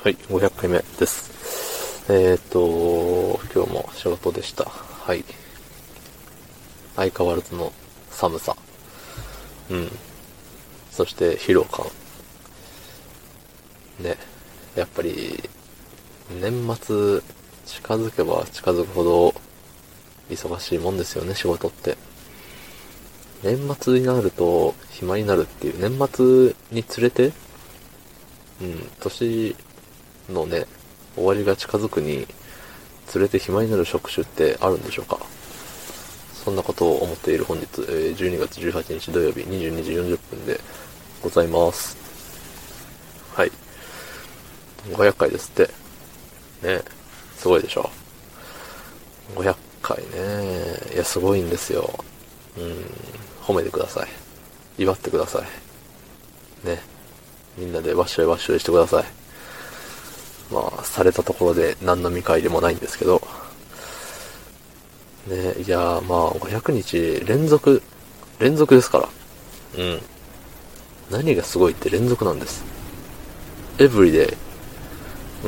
はい、500回目です。今日も仕事でした。はい。相変わらずの寒さ。うん。そして疲労感。ね。やっぱり、年末近づけば近づくほど忙しいもんですよね、仕事って。年末になると暇になるっていう、年末につれて、年のね、終わりが近づくにつれて暇になる職種ってあるんでしょうか。そんなことを思っている本日、12月18日土曜日22時40分でございます。はい。500回ですって。ね。すごいでしょ。500回ね。いや、すごいんですよ。褒めてください。祝ってください。ね。みんなでわっしょいわっしょいしてください。まあ、されたところで何の見返りもないんですけど。ね。いや、まあ、500日連続ですから。うん。何がすごいって連続なんです。エブリデイ。うん。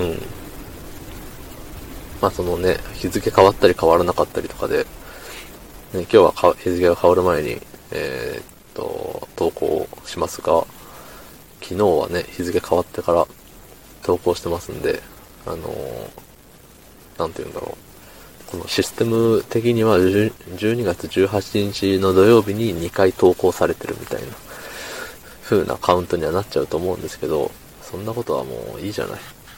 まあそのね、日付変わったり変わらなかったりとかで、ね、今日は日付が変わる前に、投稿しますが、昨日はね、日付変わってから投稿してますんで、なんて言うんだろう。このシステム的には12月18日の土曜日に2回投稿されてるみたいな風なカウントにはなっちゃうと思うんですけど、そんなことはもういいじゃない。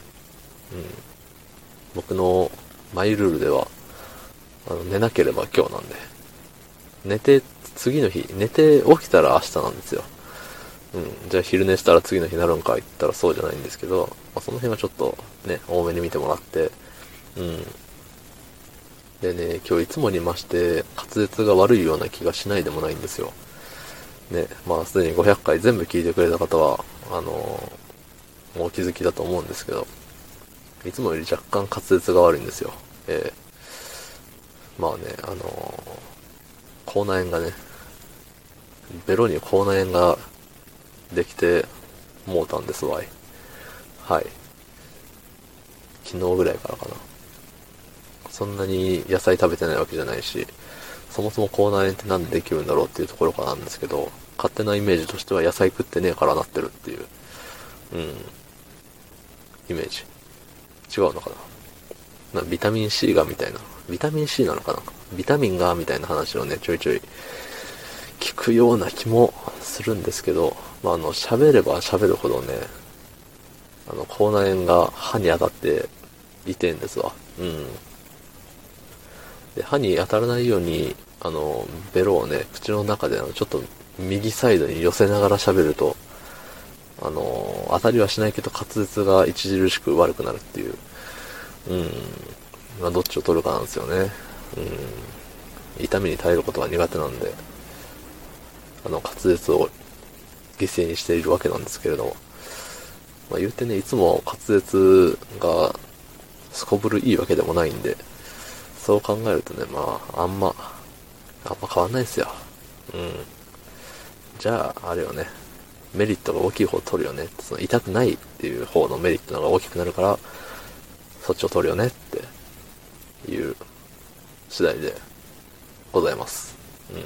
僕のマイルールでは、寝なければ今日なんで。寝て、次の日、寝て起きたら明日なんですよ。じゃあ昼寝したら次の日になるんか言ったらそうじゃないんですけど、その辺はちょっとね、多めに見てもらって、うん。でね、今日いつもに増して滑舌が悪いような気がしないでもないんですよ。ね、まあすでに500回全部聞いてくれた方は、もうお気づきだと思うんですけど、いつもより若干滑舌が悪いんですよ。まあね、口内炎がね、ベロに口内炎ができてもうたんですわい。はい。昨日ぐらいからかな。そんなに野菜食べてないわけじゃないし、そもそも口内炎ってなんでできるんだろうっていうところからなんですけど、勝手なイメージとしては野菜食ってねえからなってるっていう、うん、イメージ。違うのかな。ビタミン C がみたいな。ビタミン C なのかな。ビタミンがみたいな話をね、ちょいちょい聞くような気もするんですけど、まあ、喋れば喋るほどね、口内炎が歯に当たって痛いんですわ。うん。で、歯に当たらないように、ベロをね、口の中でちょっと右サイドに寄せながら喋ると、当たりはしないけど滑舌が著しく悪くなるっていう。うん。まあ、どっちを取るかなんですよね。うん。痛みに耐えることが苦手なんで、滑舌を犠牲にしているわけなんですけれども。まあ、言うてね、いつも滑舌がすこぶるいいわけでもないんで、そう考えるとね、まあ、あんま変わんないですよ。うん。じゃあ、あれよね。メリットが大きい方を取るよね。その痛くないっていう方のメリットの方が大きくなるから、そっちを取るよねっていう次第でございます。うん。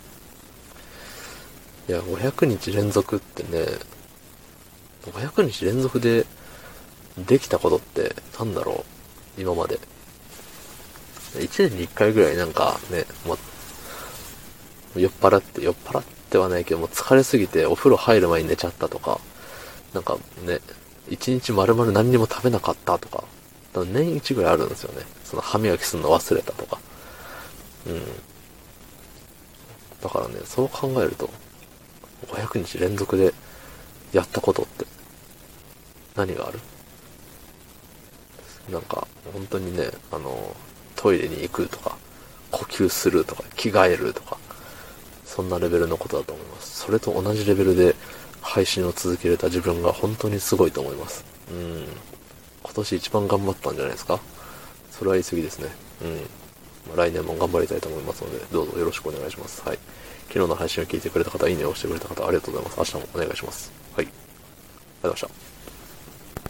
いや、500日連続ってね、500日連続でできたことってなんだろう今まで。1年に1回ぐらいなんかね、もう酔っ払ってはないけども疲れすぎてお風呂入る前に寝ちゃったとか、なんかね、1日丸々何にも食べなかったとか、年1ぐらいあるんですよね。その歯磨きするの忘れたとか。うん。だからね、そう考えると、500日連続でやったことって何がある？なんか、本当にね、トイレに行くとか、呼吸するとか、着替えるとか、そんなレベルのことだと思います。それと同じレベルで配信を続けれた自分が本当にすごいと思います。今年一番頑張ったんじゃないですか？それは言い過ぎですね。来年も頑張りたいと思いますので、どうぞよろしくお願いします。はい。昨日の配信を聞いてくれた方、いいねを押してくれた方、ありがとうございます。明日もお願いします。はい。ありがとうございました。